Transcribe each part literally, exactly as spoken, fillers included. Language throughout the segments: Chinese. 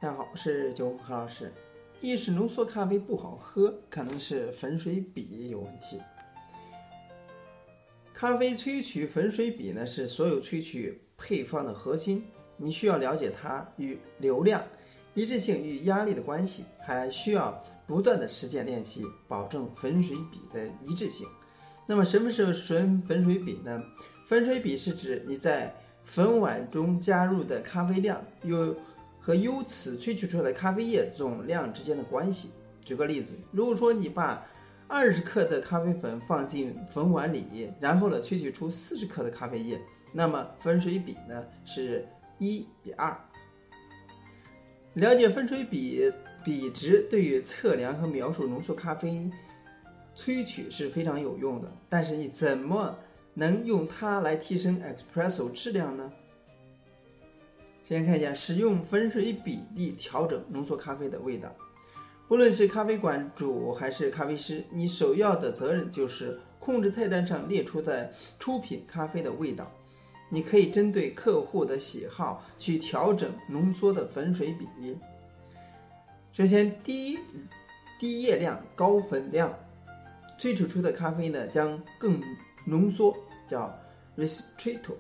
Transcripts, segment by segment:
大家好，我是九虎何老师。意式浓缩咖啡不好喝，可能是粉水比有问题。咖啡萃取粉水比呢，是所有萃取配方的核心。你需要了解它与流量、一致性与压力的关系，还需要不断的实践练习，保证粉水比的一致性。那么什么是纯粉水比呢？粉水比是指你在粉碗中加入的咖啡量有和由此萃取出来的咖啡液总量之间的关系。举个例子，如果说你把二十克的咖啡粉放进粉碗里，然后呢萃取出四十克的咖啡液，那么粉水比呢是一比二。了解粉水比比值对于测量和描述浓缩咖啡萃取是非常有用的，但是你怎么能用它来提升 espresso 质量呢？先看一下使用粉水比例调整浓缩咖啡的味道。不论是咖啡馆主还是咖啡师，你首要的责任就是控制菜单上列出的出品咖啡的味道。你可以针对客户的喜好去调整浓缩的粉水比例。首先，低低液量高粉量萃取出的咖啡呢将更浓缩，叫 ristretto，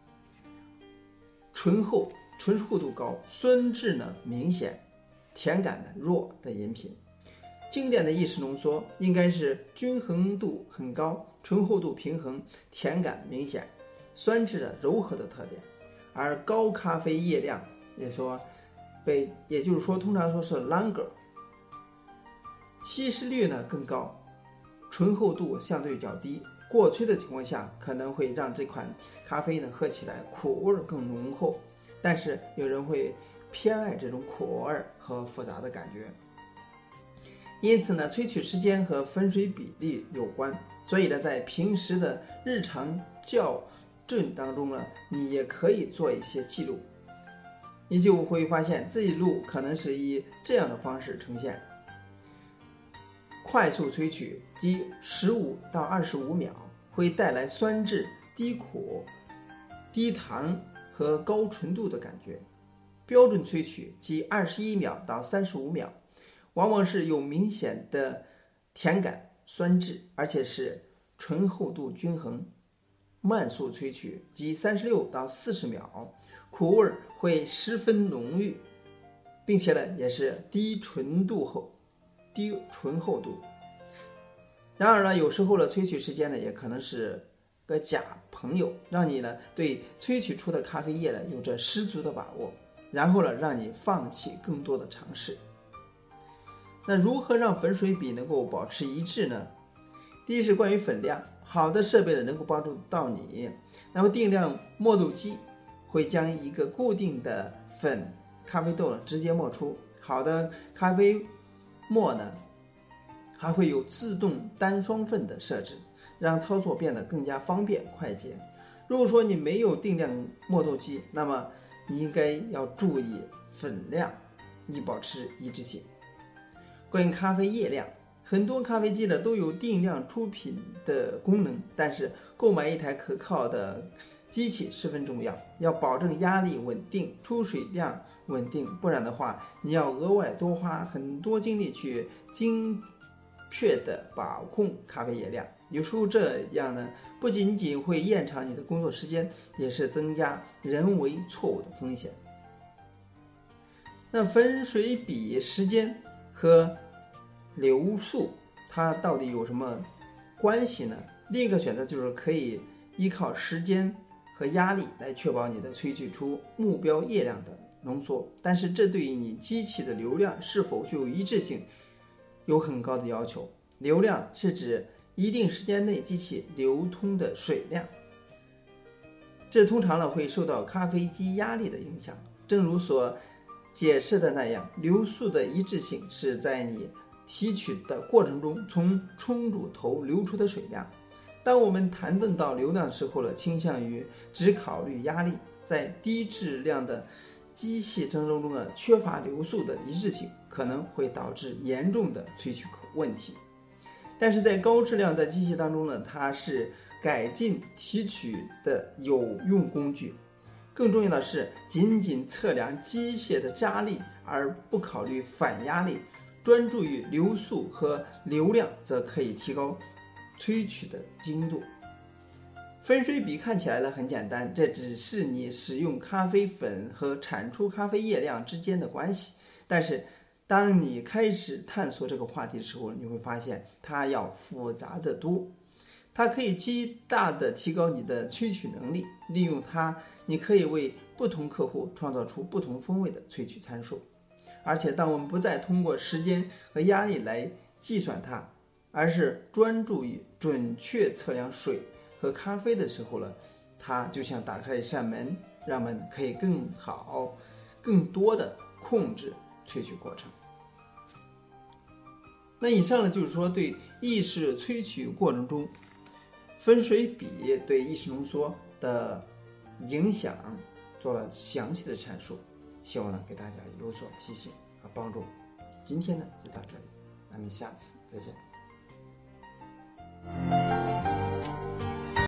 醇厚醇厚度高，酸质呢明显，甜感呢弱的饮品。经典的意式浓缩应该是均衡度很高，醇厚度平衡，甜感明显，酸质柔和的特点。而高咖啡液量也说被也就是说通常说是 lager， 稀释率呢更高，醇厚度相对较低，过萃的情况下可能会让这款咖啡呢喝起来苦味更浓厚，但是有人会偏爱这种苦味和复杂的感觉。因此呢，萃取时间和粉水比例有关，所以呢，在平时的日常校正当中呢，你也可以做一些记录。你就会发现记录可能是以这样的方式呈现：快速萃取即十五到二十五秒，会带来酸质、低苦、低糖和高纯度的感觉。标准萃取即二十一秒到三十五秒，往往是有明显的甜感、酸质，而且是醇厚度均衡。慢速萃取即三十六到四十秒，苦味会十分浓郁，并且呢也是低纯度厚、低醇厚度。然而呢，有时候呢萃取时间呢也可能是个假朋友，让你呢对萃取出的咖啡液呢有着十足的把握，然后呢让你放弃更多的尝试。那如何让粉水比能够保持一致呢？第一是关于粉量，好的设备呢能够帮助到你。那么定量磨豆机会将一个固定的粉咖啡豆呢直接磨出，好的咖啡磨呢还会有自动单双份的设置，让操作变得更加方便快捷。如果说你没有定量磨豆机，那么你应该要注意粉量，以保持一致性。关于咖啡液量，很多咖啡机呢都有定量出品的功能，但是购买一台可靠的机器十分重要，要保证压力稳定，出水量稳定，不然的话，你要额外多花很多精力去精确的把控咖啡液量。有时候这样呢，不仅仅会延长你的工作时间，也是增加人为错误的风险。那粉水比时间和流速它到底有什么关系呢？另一个选择就是可以依靠时间和压力来确保你的萃取出目标液量的浓缩，但是这对于你机器的流量是否具有一致性有很高的要求。流量是指一定时间内机器流通的水量，这通常呢会受到咖啡机压力的影响。正如所解释的那样，流速的一致性是在你提取的过程中从冲煮头流出的水量。当我们谈论到流量的时候呢，倾向于只考虑压力，在低质量的机器争争中呢，缺乏流速的一致性，可能会导致严重的萃取问题。但是在高质量的机器当中呢，它是改进提取的有用工具。 更重要的是，仅仅测量机械的加力，而不考虑反压力，专注于流速和流量，则可以提高萃取的精度。分水比看起来呢很简单，这只是你使用咖啡粉和产出咖啡液量之间的关系。但是，当你开始探索这个话题的时候，你会发现它要复杂得多。它可以极大地提高你的萃取能力，利用它，你可以为不同客户创造出不同风味的萃取参数。而且，当我们不再通过时间和压力来计算它，而是专注于准确测量水和咖啡的时候呢，它就像打开一扇门，让我们可以更好、更多的控制萃取过程。那以上呢，就是说对意式萃取过程中分水比对意式浓缩的影响做了详细的阐述，希望呢给大家有所提醒和帮助。今天呢就到这里，咱们下次再见。